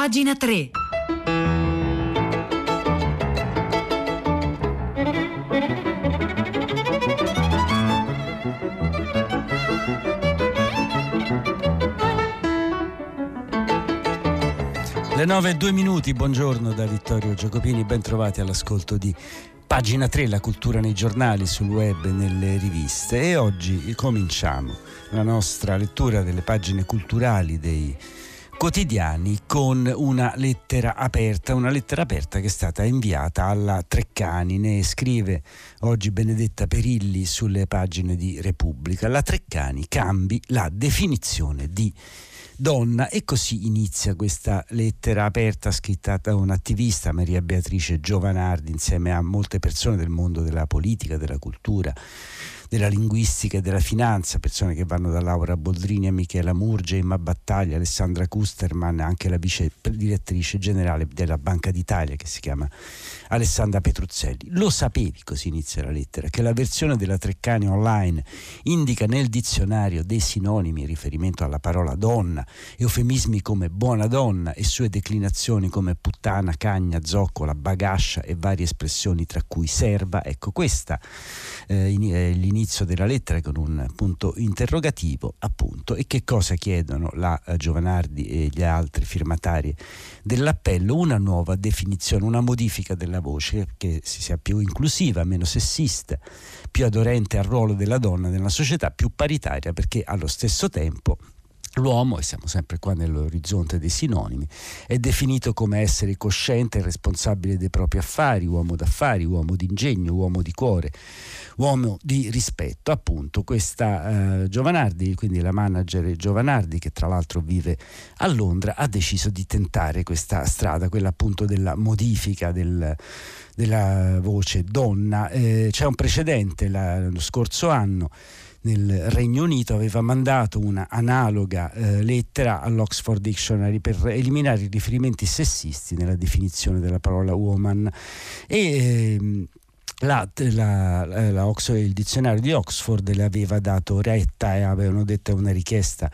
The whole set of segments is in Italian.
Pagina 3. Le 9:02, buongiorno da Vittorio Giacopini, ben trovati all'ascolto di Pagina 3, la cultura nei giornali, sul web e nelle riviste. E oggi cominciamo la nostra lettura delle pagine culturali dei quotidiani con una lettera aperta che è stata inviata alla Treccani. Ne scrive oggi Benedetta Perilli sulle pagine di Repubblica. La Treccani cambi la definizione di donna, e così inizia questa lettera aperta scritta da un'attivista, Maria Beatrice Giovanardi, insieme a molte persone del mondo della politica, della cultura, della linguistica e della finanza, persone che vanno da Laura Boldrini a Michela Murge, Emma Battaglia, Alessandra Kusterman, anche la vice direttrice generale della Banca d'Italia che si chiama Alessandra Petruzzelli. Lo sapevi, così inizia la lettera, che la versione della Treccani online indica nel dizionario dei sinonimi in riferimento alla parola donna, eufemismi come buona donna e sue declinazioni come puttana, cagna, zoccola, bagascia e varie espressioni tra cui serva. Ecco, questa è l'inizio della lettera con un punto interrogativo, appunto. E che cosa chiedono la Giovanardi e gli altri firmatari dell'appello? Una nuova definizione, una modifica della voce che sia più inclusiva, meno sessista, più aderente al ruolo della donna nella società, più paritaria, perché allo stesso tempo l'uomo, e siamo sempre qua nell'orizzonte dei sinonimi, è definito come essere cosciente e responsabile dei propri affari, uomo d'affari, uomo d'ingegno, uomo di cuore, uomo di rispetto. Appunto, questa Giovanardi, quindi la manager Giovanardi, che tra l'altro vive a Londra, ha deciso di tentare questa strada, quella appunto della modifica della voce donna. C'è un precedente, lo scorso anno nel Regno Unito aveva mandato una analoga lettera all'Oxford Dictionary per eliminare i riferimenti sessisti nella definizione della parola woman, e il dizionario di Oxford le aveva dato retta e avevano detto una richiesta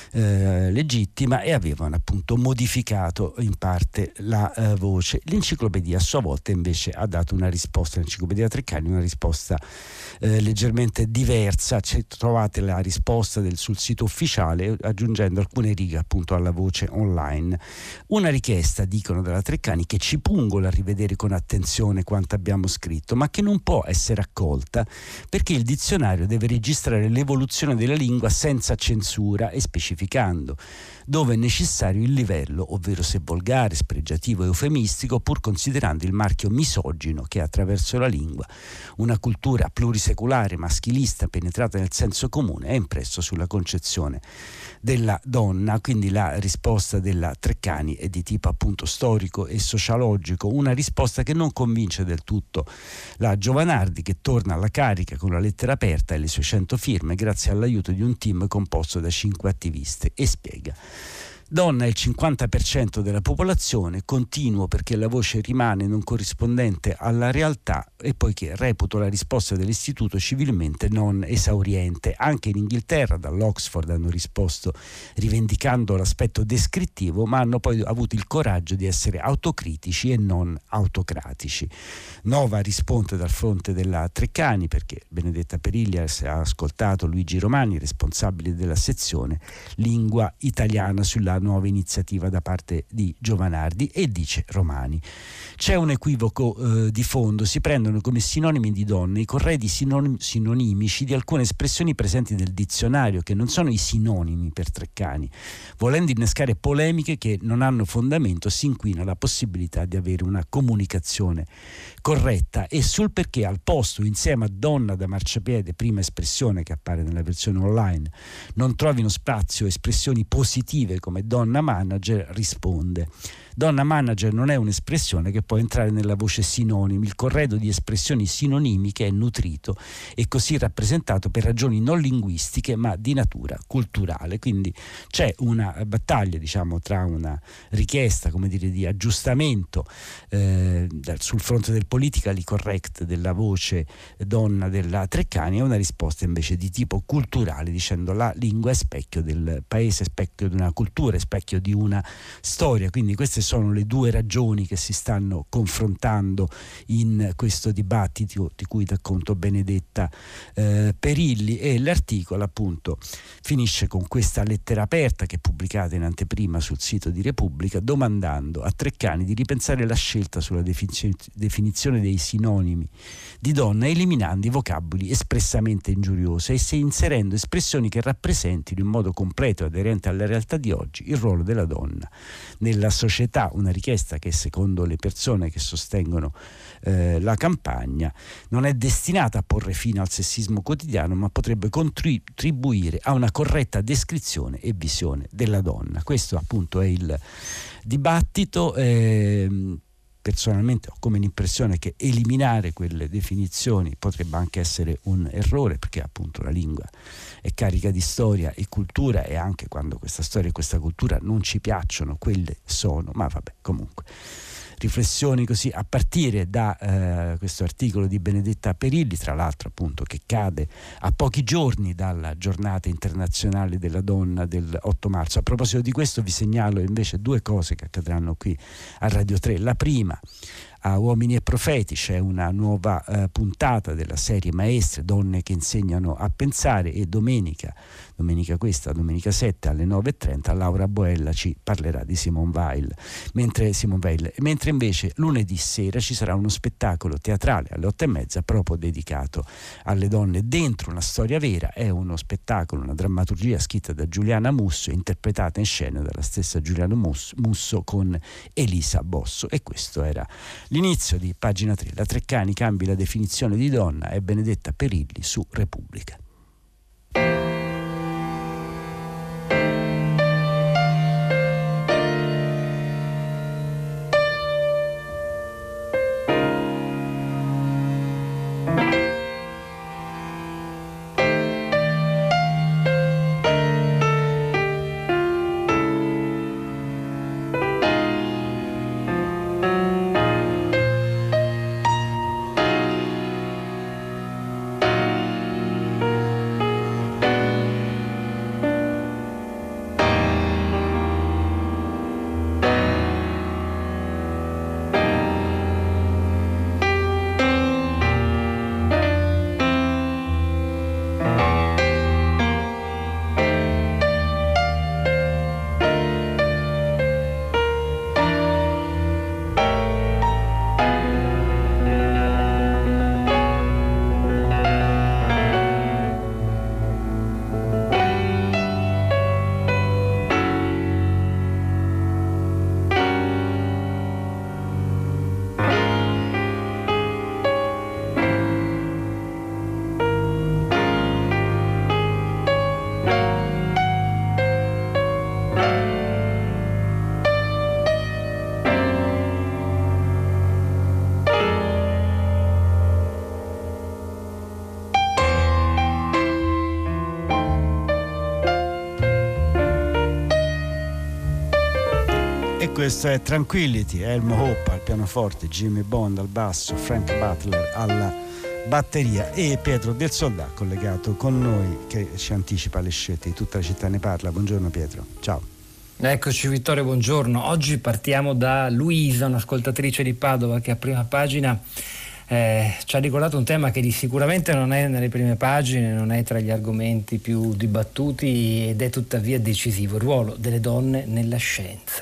legittima, e avevano appunto modificato in parte la voce. L'enciclopedia a sua volta invece ha dato una risposta, l'enciclopedia Treccani, una risposta leggermente diversa. Trovate la risposta sul sito ufficiale, aggiungendo alcune righe appunto alla voce online. Una richiesta, dicono della Treccani, che ci pungono a rivedere con attenzione quanto abbiamo scritto, ma che non può essere accolta perché il dizionario deve registrare l'evoluzione della lingua senza censura, e specificando dove è necessario il livello, ovvero se volgare, spregiativo, eufemistico, pur considerando il marchio misogino che attraverso la lingua una cultura plurisecolare, maschilista, penetrata nel senso comune, è impresso sulla concezione della donna. Quindi la risposta della Treccani è di tipo appunto storico e sociologico, una risposta che non convince del tutto la Giovanardi, che torna alla carica con la lettera aperta e le sue 100 firme grazie all'aiuto di un team composto da 5 attiviste, e spiega: donna è il 50% della popolazione, continuo perché la voce rimane non corrispondente alla realtà, e poiché reputo la risposta dell'istituto civilmente non esauriente. Anche in Inghilterra dall'Oxford hanno risposto rivendicando l'aspetto descrittivo, ma hanno poi avuto il coraggio di essere autocritici e non autocratici. Nova risponde dal fronte della Treccani, perché Benedetta Perilli ha ascoltato Luigi Romani, responsabile della sezione lingua italiana, sulla nuova iniziativa da parte di Giovanardi, e dice Romani: c'è un equivoco di fondo, si prendono come sinonimi di donne i corredi sinonimici di alcune espressioni presenti nel dizionario, che non sono i sinonimi per Treccani. Volendo innescare polemiche che non hanno fondamento, si inquina la possibilità di avere una comunicazione corretta, e sul perché al posto, insieme a donna da marciapiede, prima espressione che appare nella versione online, non trovino spazio espressioni positive come donna manager, risponde: donna manager non è un'espressione che può entrare nella voce sinonimi. Il corredo di espressioni sinonimiche è nutrito e così rappresentato per ragioni non linguistiche ma di natura culturale. Quindi c'è una battaglia, diciamo, tra una richiesta, come dire, di aggiustamento sul fronte del politically correct della voce donna della Treccani, e una risposta invece di tipo culturale, dicendo la lingua è specchio del paese, specchio di una cultura, sociale, specchio di una storia. Quindi queste sono le due ragioni che si stanno confrontando in questo dibattito di cui dà conto Benedetta Perilli, e l'articolo appunto finisce con questa lettera aperta che è pubblicata in anteprima sul sito di Repubblica, domandando a Treccani di ripensare la scelta sulla definizione dei sinonimi di donna, eliminando i vocaboli espressamente ingiuriosi e inserendo espressioni che rappresentino in modo completo e aderente alla realtà di oggi il ruolo della donna nella società. Una richiesta che, secondo le persone che sostengono la campagna, non è destinata a porre fine al sessismo quotidiano, ma potrebbe contribuire a una corretta descrizione e visione della donna. Questo appunto è il dibattito. Personalmente ho come l'impressione che eliminare quelle definizioni potrebbe anche essere un errore, perché appunto la lingua è carica di storia e cultura, e anche quando questa storia e questa cultura non ci piacciono, quelle sono, ma vabbè, comunque. Riflessioni così a partire da questo articolo di Benedetta Perilli, tra l'altro appunto che cade a pochi giorni dalla giornata internazionale della donna del 8 marzo. A proposito di questo vi segnalo invece due cose che accadranno qui a Radio 3. La prima, a Uomini e Profeti c'è una nuova puntata della serie Maestre, donne che insegnano a pensare, e domenica 7 alle 9:30 Laura Boella ci parlerà di Simone Weil, mentre invece lunedì sera ci sarà uno spettacolo teatrale alle 8:30 proprio dedicato alle donne dentro una storia vera. È uno spettacolo, una drammaturgia scritta da Giuliana Musso e interpretata in scena dalla stessa Giuliana Musso con Elisa Bosso. E questo era l'inizio di Pagina 3. La Treccani cambi la definizione di donna, e Benedetta Perilli su Repubblica. Questo è Tranquility, Elmo Hope al pianoforte, Jimmy Bond al basso, Frank Butler alla batteria e Pietro del Soldà collegato con noi che ci anticipa le scelte di Tutta la città ne parla. Buongiorno Pietro, ciao. Eccoci Vittorio, buongiorno. Oggi partiamo da Luisa, un'ascoltatrice di Padova che a prima pagina ci ha ricordato un tema che sicuramente non è nelle prime pagine, non è tra gli argomenti più dibattuti ed è tuttavia decisivo: il ruolo delle donne nella scienza.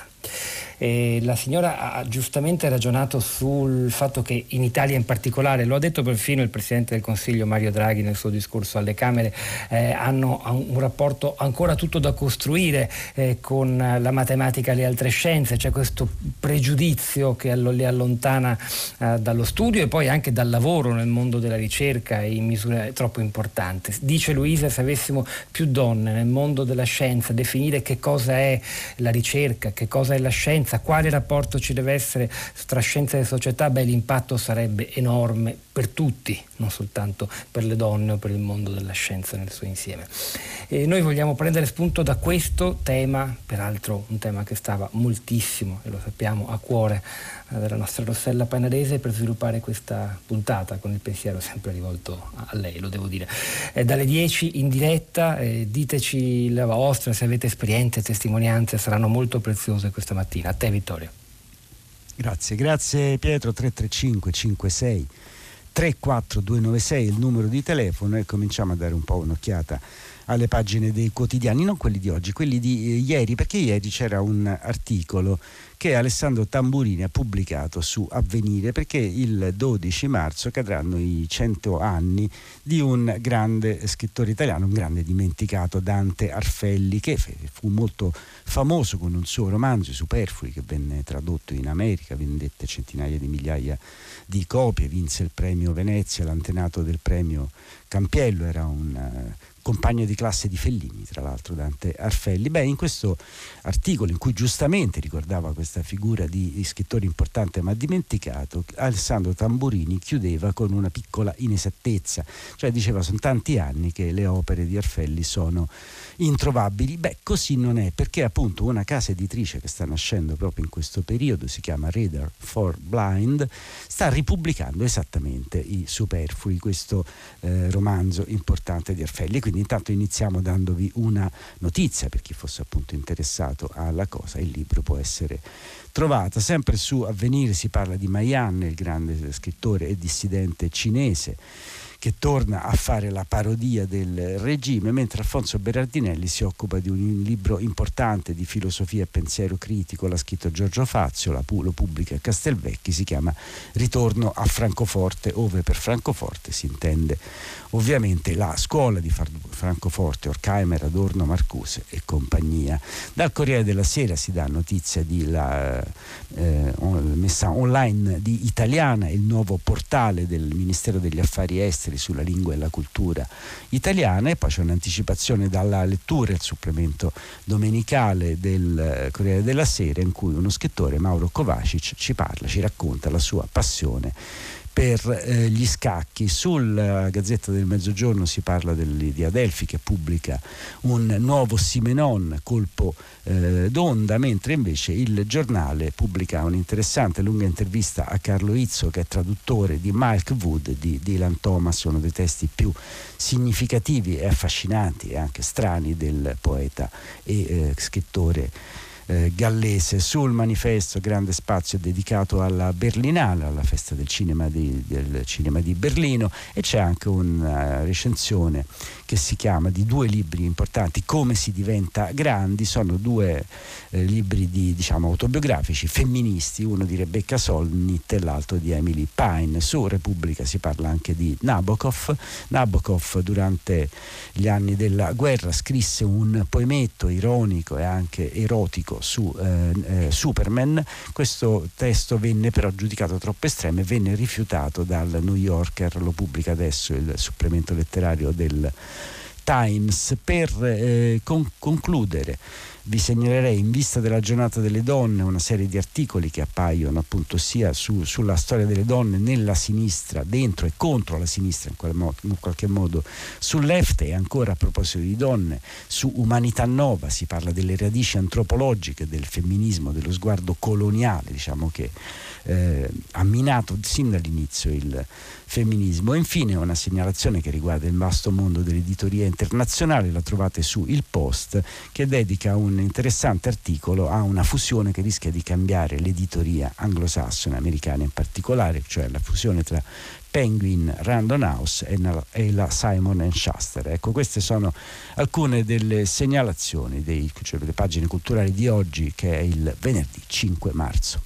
La signora ha giustamente ragionato sul fatto che in Italia in particolare, lo ha detto perfino il Presidente del Consiglio Mario Draghi nel suo discorso alle Camere, hanno un rapporto ancora tutto da costruire con la matematica e le altre scienze. C'è questo pregiudizio che le allontana dallo studio e poi anche dal lavoro nel mondo della ricerca in misura troppo importante. Dice Luisa: se avessimo più donne nel mondo della scienza, definire che cosa è la ricerca, che cosa è la scienza, scienza, quale rapporto ci deve essere tra scienza e società, l'impatto sarebbe enorme per tutti, non soltanto per le donne o per il mondo della scienza nel suo insieme. E noi vogliamo prendere spunto da questo tema, peraltro un tema che stava moltissimo, e lo sappiamo, a cuore della nostra Rossella Panarese, per sviluppare questa puntata con il pensiero sempre rivolto a lei, lo devo dire. Dalle 10 in diretta, diteci la vostra, se avete esperienze, testimonianze, saranno molto preziose questa mattina. A te, Vittorio. Grazie Pietro. 335 56 34296 il numero di telefono, e cominciamo a dare un po' un'occhiata alle pagine dei quotidiani, non quelli di oggi, quelli di ieri, perché ieri c'era un articolo che Alessandro Tamburini ha pubblicato su Avvenire, perché il 12 marzo cadranno i 100 anni di un grande scrittore italiano, un grande dimenticato, Dante Arfelli, che fu molto famoso con un suo romanzo, I Superflui, che venne tradotto in America, vendette centinaia di migliaia di copie, vinse il premio Venezia, l'antenato del premio Campiello, era un compagno di classe di Fellini, tra l'altro, Dante Arfelli. In questo articolo, in cui giustamente ricordava questa figura di scrittore importante ma dimenticato, Alessandro Tamburini chiudeva con una piccola inesattezza, cioè diceva: sono tanti anni che le opere di Arfelli sono introvabili. Così non è, perché appunto una casa editrice che sta nascendo proprio in questo periodo, si chiama Reader for Blind, sta ripubblicando esattamente I Superflui, questo romanzo importante di Arfelli. Quindi intanto iniziamo dandovi una notizia per chi fosse appunto interessato alla cosa: il libro può essere trovata sempre su Avvenire. Si parla di Mai Han, il grande scrittore e dissidente cinese che torna a fare la parodia del regime, mentre Alfonso Berardinelli si occupa di un libro importante di filosofia e pensiero critico, l'ha scritto Giorgio Fazio, lo pubblica a Castelvecchi, si chiama Ritorno a Francoforte, ove per Francoforte si intende ovviamente la scuola di Francoforte, Horkheimer, Adorno, Marcuse e compagnia. Dal Corriere della Sera si dà notizia di messa online di Italiana, il nuovo portale del Ministero degli Affari Esteri sulla lingua e la cultura italiana, e poi c'è un'anticipazione dalla lettura, il supplemento domenicale del Corriere della Sera, in cui uno scrittore, Mauro Kovacic, ci racconta la sua passione per gli scacchi. Sul Gazzetta del Mezzogiorno si parla di Adelphi, che pubblica un nuovo Simenon, colpo d'onda, mentre invece il Giornale pubblica un'interessante lunga intervista a Carlo Izzo, che è traduttore di Milk Wood di Dylan Thomas, uno dei testi più significativi e affascinanti e anche strani del poeta e scrittore gallese. Sul Manifesto grande spazio dedicato alla Berlinale, alla festa del cinema di Berlino, e c'è anche una recensione che si chiama, di due libri importanti, Come si diventa grandi. Sono due libri autobiografici femministi, uno di Rebecca Solnit e l'altro di Emily Pine. Su Repubblica si parla anche di Nabokov. Nabokov durante gli anni della guerra scrisse un poemetto ironico e anche erotico su Superman. Questo testo venne però giudicato troppo estremo e venne rifiutato dal New Yorker, lo pubblica adesso il supplemento letterario del Times. Per concludere vi segnalerei, in vista della giornata delle donne, una serie di articoli che appaiono appunto sia sulla storia delle donne nella sinistra, dentro e contro la sinistra in qualche modo, sul left, e ancora a proposito di donne su Umanità Nova si parla delle radici antropologiche del femminismo, dello sguardo coloniale che ha minato sin dall'inizio il femminismo. E infine una segnalazione che riguarda il vasto mondo dell'editoria internazionale, la trovate su Il Post, che dedica un interessante articolo a una fusione che rischia di cambiare l'editoria anglosassone, americana in particolare, cioè la fusione tra Penguin Random House e la Simon & Schuster. Ecco, queste sono alcune delle segnalazioni delle pagine culturali di oggi, che è il venerdì 5 marzo.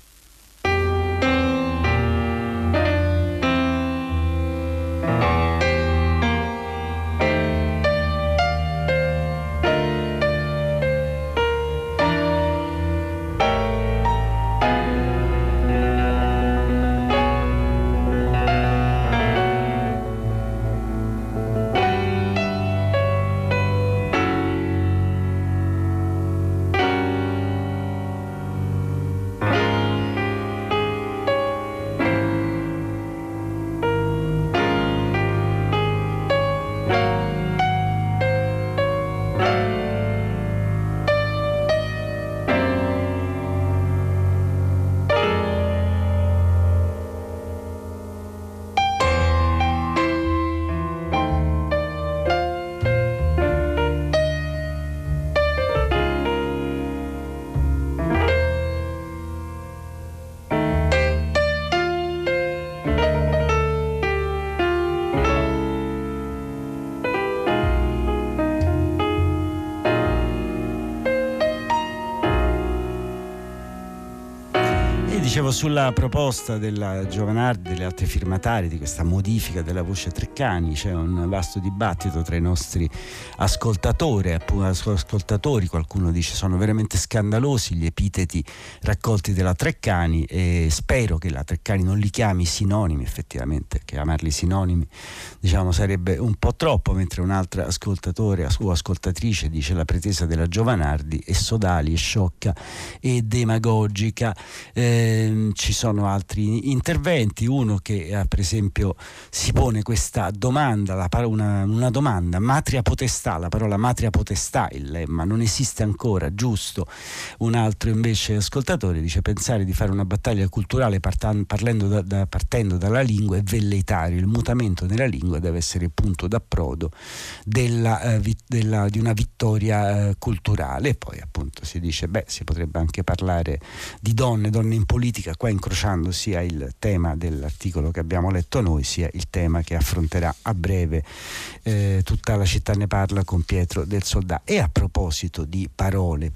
E dicevo, sulla proposta della Giovanardi e delle altre firmatarie di questa modifica della voce Treccani c'è un vasto dibattito tra i nostri ascoltatori. Qualcuno dice sono veramente scandalosi gli epiteti raccolti dalla Treccani, e spero che la Treccani non li chiami sinonimi. Effettivamente chiamarli sinonimi, diciamo, sarebbe un po' troppo, mentre un altro ascoltatore o ascoltatrice dice la pretesa della Giovanardi è sodali, è sciocca e demagogica. Ci sono altri interventi, uno che per esempio si pone questa domanda, una domanda: matria potestà, la parola matria potestà, il lemma non esiste ancora, giusto? Un altro invece ascoltatore dice pensare di fare una battaglia culturale partendo dalla lingua è velleitario, il mutamento nella lingua deve essere il punto d'approdo di una vittoria culturale. E poi appunto si dice si potrebbe anche parlare di donne in politica, qua incrociando sia il tema dell'articolo che abbiamo letto noi sia il tema che affronterà a breve Tutta la città ne parla con Pietro del Soldà. E a proposito di parole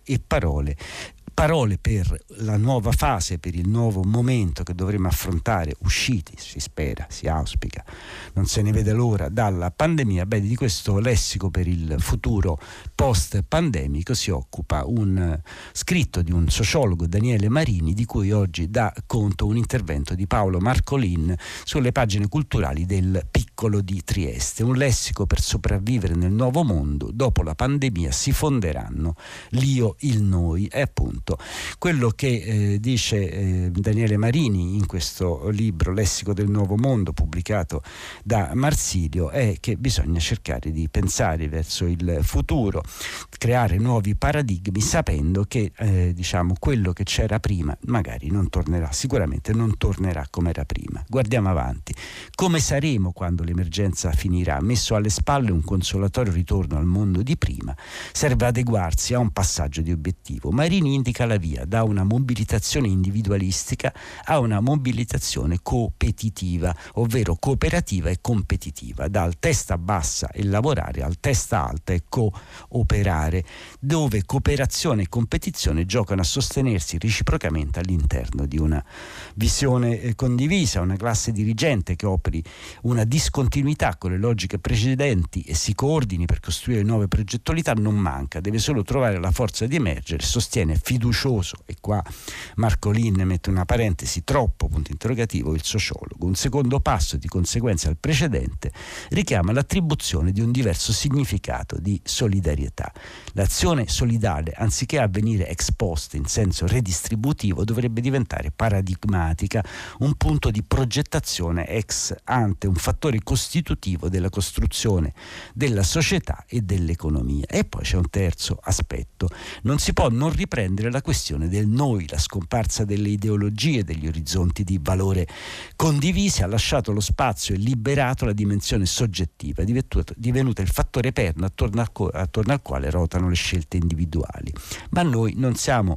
per la nuova fase, per il nuovo momento che dovremo affrontare, usciti, si spera, si auspica, non se ne vede l'ora, dalla pandemia. Di questo lessico per il futuro post-pandemico si occupa un scritto di un sociologo, Daniele Marini, di cui oggi dà conto un intervento di Paolo Marcolin sulle pagine culturali del Piccolo di Trieste. Un lessico per sopravvivere nel nuovo mondo, dopo la pandemia si fonderanno l'io, il noi. È appunto quello che dice Daniele Marini in questo libro Lessico del Nuovo Mondo, pubblicato da Marsilio, è che bisogna cercare di pensare verso il futuro, creare nuovi paradigmi, sapendo che quello che c'era prima magari non tornerà, sicuramente non tornerà come era prima. Guardiamo avanti. Come saremo quando l'emergenza finirà? Messo alle spalle un consolatorio ritorno al mondo di prima, serve adeguarsi a un passaggio di obiettivo. Marini indica la via da una mobilitazione individualistica a una mobilitazione competitiva, ovvero cooperativa e competitiva, dal testa bassa e lavorare al testa alta e cooperare, dove cooperazione e competizione giocano a sostenersi reciprocamente all'interno di una visione condivisa, una classe dirigente che operi una discontinuità con le logiche precedenti e si coordini per costruire nuove progettualità non manca, deve solo trovare la forza di emergere, sostiene fiducioso, e qua Marcolin mette una parentesi, troppo, punto interrogativo, il sociologo. Un secondo passo, di conseguenza al precedente, richiama l'attribuzione di un diverso significato di solidarietà. L'azione solidale, anziché avvenire ex post in senso redistributivo, dovrebbe diventare paradigmatica, un punto di progettazione ex ante, un fattore costitutivo della costruzione della società e dell'economia. E poi c'è un terzo aspetto: non si può non riprendere la questione del noi. La scomparsa delle ideologie, degli orizzonti di valore condivisi ha lasciato lo spazio e liberato la dimensione soggettiva, divenuta il fattore perno attorno al quale rotano le scelte individuali. Ma noi non siamo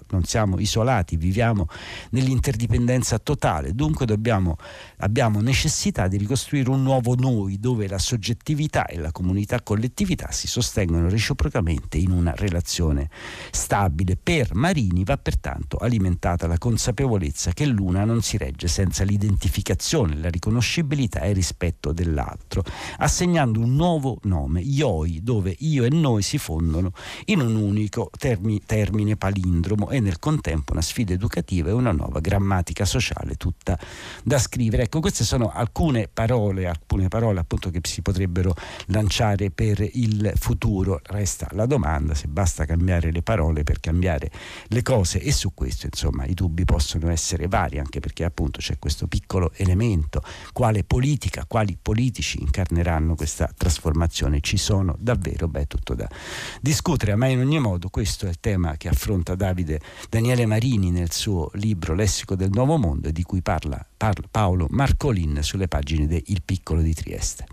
isolati, viviamo nell'interdipendenza totale, dunque abbiamo necessità di ricostruire un nuovo noi, dove la soggettività e la comunità collettività si sostengono reciprocamente in una relazione stabile. Per Marini va pertanto alimentata la consapevolezza che l'una non si regge senza l'identificazione, la riconoscibilità e il rispetto dell'altro, assegnando un nuovo nome, ioi, dove io e noi si fondono in un unico termine palindromo e nel contempo una sfida educativa e una nuova grammatica sociale tutta da scrivere. Ecco, queste sono alcune parole appunto che si potrebbero lanciare per il futuro. Resta la domanda se basta cambiare le parole per cambiare le cose, e su questo insomma i dubbi possono essere vari, anche perché appunto c'è questo piccolo elemento: quale politica, quali politici incarneranno questa trasformazione? Ci sono davvero tutto da discutere, ma in ogni modo questo è il tema che affronta Daniele Marini nel suo libro Lessico del Nuovo Mondo, e di cui parla Paolo Marcolin sulle pagine de Il Piccolo di Trieste.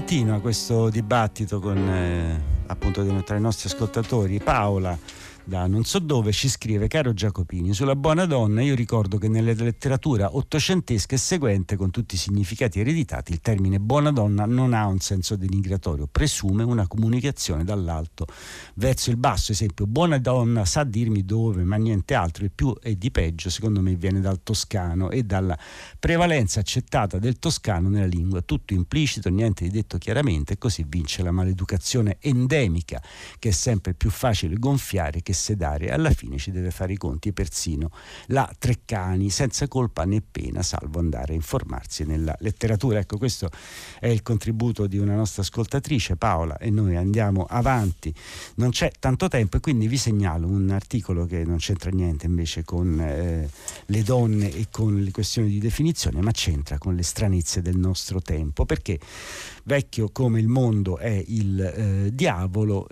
continua questo dibattito con appunto tra i nostri ascoltatori. Paola da non so dove ci scrive: caro Giacopini, sulla buona donna io ricordo che nella letteratura ottocentesca e seguente, con tutti i significati ereditati, il termine buona donna non ha un senso denigratorio, presume una comunicazione dall'alto verso il basso. Esempio, buona donna sa dirmi dove, ma niente altro. Il più e di peggio secondo me viene dal toscano e dalla prevalenza accettata del toscano nella lingua, tutto implicito, niente di detto chiaramente, e così vince la maleducazione endemica, che è sempre più facile gonfiare che sedare. Alla fine ci deve fare i conti persino la Treccani, senza colpa né pena, salvo andare a informarsi nella letteratura. Ecco, questo è il contributo di una nostra ascoltatrice, Paola, e noi andiamo avanti. Non c'è tanto tempo e quindi vi segnalo un articolo che non c'entra niente invece con le donne e con le questioni di definizione, ma c'entra con le stranezze del nostro tempo, perché vecchio come il mondo è il diavolo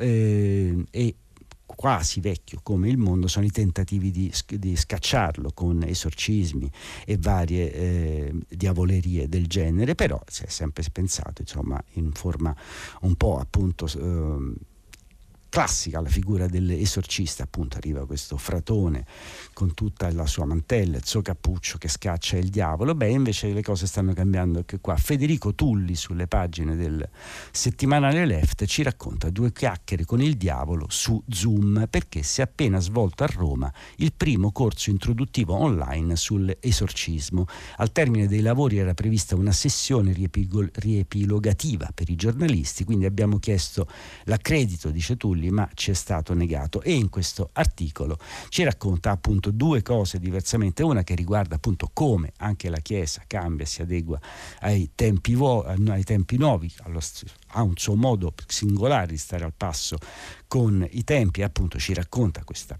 e quasi vecchio come il mondo sono i tentativi di scacciarlo con esorcismi e varie diavolerie del genere. Però si è sempre pensato, insomma, in forma un po' appunto classica, la figura dell'esorcista. Appunto arriva questo fratone con tutta la sua mantella, il suo cappuccio, che scaccia il diavolo. Beh, invece le cose stanno cambiando anche qua. Federico Tulli, sulle pagine del settimanale Left, ci racconta 2 chiacchiere con il diavolo su Zoom, perché si è appena svolto a Roma il primo corso introduttivo online sull'esorcismo. Al termine dei lavori era prevista una sessione riepilogativa per i giornalisti, quindi abbiamo chiesto l'accredito, dice Tulli, ma ci è stato negato. E in questo articolo ci racconta appunto 2 cose diversamente, una che riguarda appunto come anche la Chiesa cambia, si adegua ai tempi nuovi, ha un suo modo singolare di stare al passo con i tempi, e appunto ci racconta questa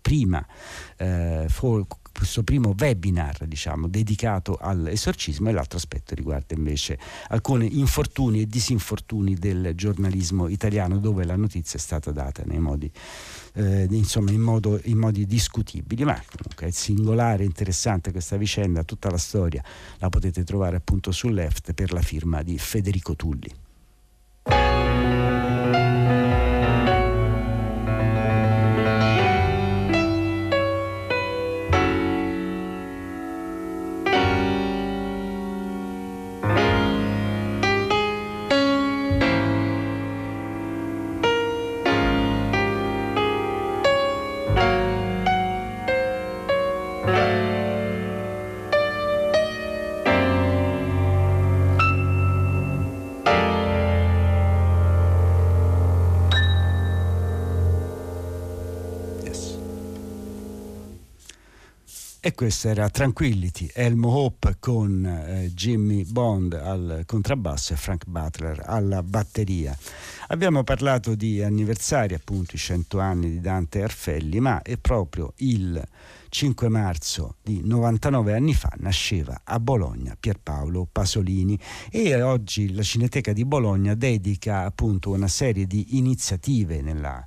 questo primo webinar, diciamo, dedicato all'esorcismo. E l'altro aspetto riguarda invece alcuni infortuni e disinfortuni del giornalismo italiano, dove la notizia è stata data nei modi in modi discutibili. Ma comunque è singolare, interessante questa vicenda. Tutta la storia la potete trovare appunto sul Left per la firma di Federico Tulli. E questo era Tranquility, Elmo Hope con Jimmy Bond al contrabbasso e Frank Butler alla batteria. Abbiamo parlato di anniversari, appunto i 100 anni di Dante Arfelli, ma è proprio il 5 marzo di 99 anni fa nasceva a Bologna Pierpaolo Pasolini, e oggi la Cineteca di Bologna dedica appunto una serie di iniziative nella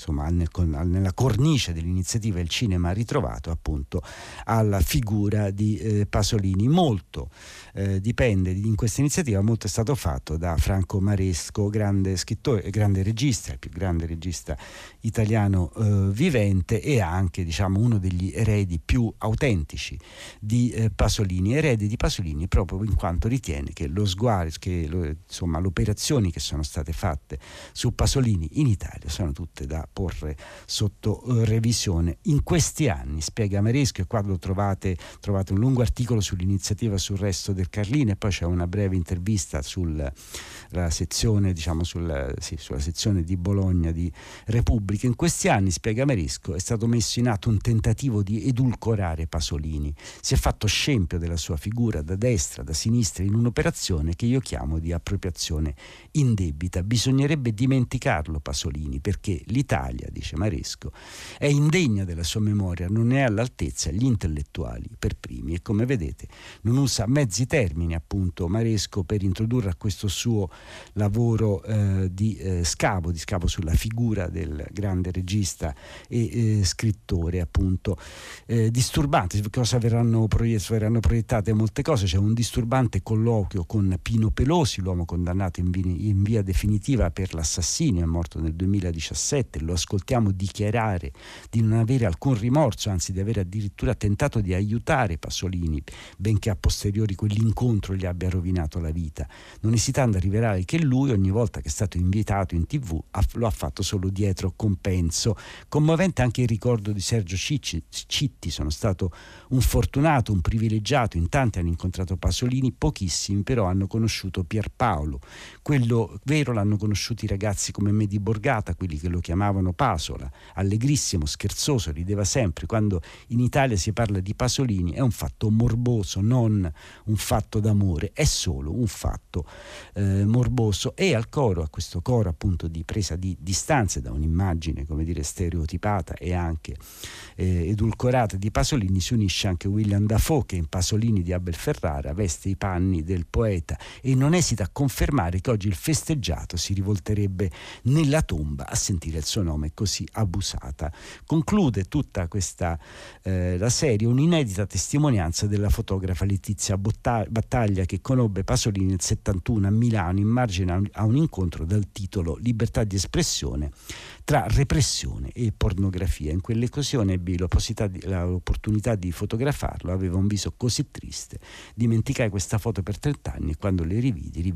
cornice dell'iniziativa Il Cinema Ritrovato, appunto alla figura di Pasolini. Molto dipende in questa iniziativa, molto è stato fatto da Franco Maresco, grande scrittore, grande regista, il più grande regista italiano vivente, e anche, diciamo, uno degli eredi più autentici di Pasolini, erede di Pasolini proprio in quanto ritiene che le operazioni che sono state fatte su Pasolini in Italia sono tutte da porre sotto revisione. In questi anni, spiega Maresco, e quando trovate un lungo articolo sull'iniziativa sul resto del Carlino, e poi c'è una breve intervista sulla sezione, diciamo, sulla sezione di Bologna di Repubblica. In questi anni, spiega Maresco, è stato messo in atto un tentativo di edulcorare Pasolini. Si è fatto scempio della sua figura da destra, da sinistra, in un'operazione che io chiamo di appropriazione indebita. Bisognerebbe dimenticarlo Pasolini, perché l'Italia l'Italia, dice Maresco, è indegna della sua memoria, non è all'altezza, gli intellettuali per primi. E come vedete non usa mezzi termini appunto Maresco per introdurre a questo suo lavoro di scavo sulla figura del grande regista e scrittore appunto disturbante. Cosa verranno proiettate molte cose. C'è un disturbante colloquio con Pino Pelosi, l'uomo condannato in via definitiva per l'assassinio, è morto nel 2017. Lo ascoltiamo dichiarare di non avere alcun rimorso, anzi di aver addirittura tentato di aiutare Pasolini, benché a posteriori quell'incontro gli abbia rovinato la vita, non esitando a rivelare che lui, ogni volta che è stato invitato in TV, lo ha fatto solo dietro compenso. Commovente anche il ricordo di Sergio Citti. Sono stato un fortunato, un privilegiato, in tanti hanno incontrato Pasolini, pochissimi però hanno conosciuto Pierpaolo. Quello vero l'hanno conosciuto i ragazzi come me di Borgata, quelli che lo chiamavano Pasola, allegrissimo, scherzoso, rideva sempre. Quando in Italia si parla di Pasolini è un fatto morboso, non un fatto d'amore, è solo un fatto morboso. E al coro, a questo coro appunto di presa di distanze da un'immagine, come dire, stereotipata e anche edulcorata di Pasolini, si unisce anche William Dafoe, che in Pasolini di Abel Ferrara veste i panni del poeta e non esita a confermare che oggi il festeggiato si rivolterebbe nella tomba a sentire il suo nome così abusata. Conclude tutta questa la serie un'inedita testimonianza della fotografa Letizia Battaglia, che conobbe Pasolini nel 71 a Milano in margine a un incontro dal titolo Libertà di espressione tra repressione e pornografia. In quell'occasione ebbi l'opportunità di fotografarlo, aveva un viso così triste, dimenticai questa foto per 30 anni e quando le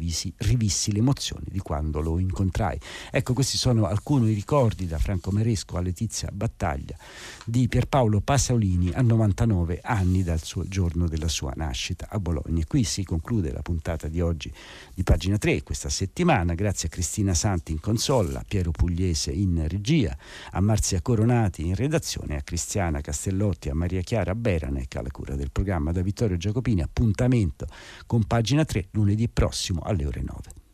rivissi l'emozione di quando lo incontrai. Ecco, questi sono alcuni ricordi da Franco Maresco a Letizia Battaglia di Pierpaolo Pasolini a 99 anni dal suo giorno della sua nascita a Bologna. E qui si conclude la puntata di oggi di Pagina 3 questa settimana. Grazie a Cristina Santi in console, a Piero Pugliese in regia, a Marzia Coronati in redazione, a Cristiana Castellotti, a Maria Chiara Beranec alla cura del programma, da Vittorio Giacopini. Appuntamento con Pagina 3 lunedì prossimo alle ore 9.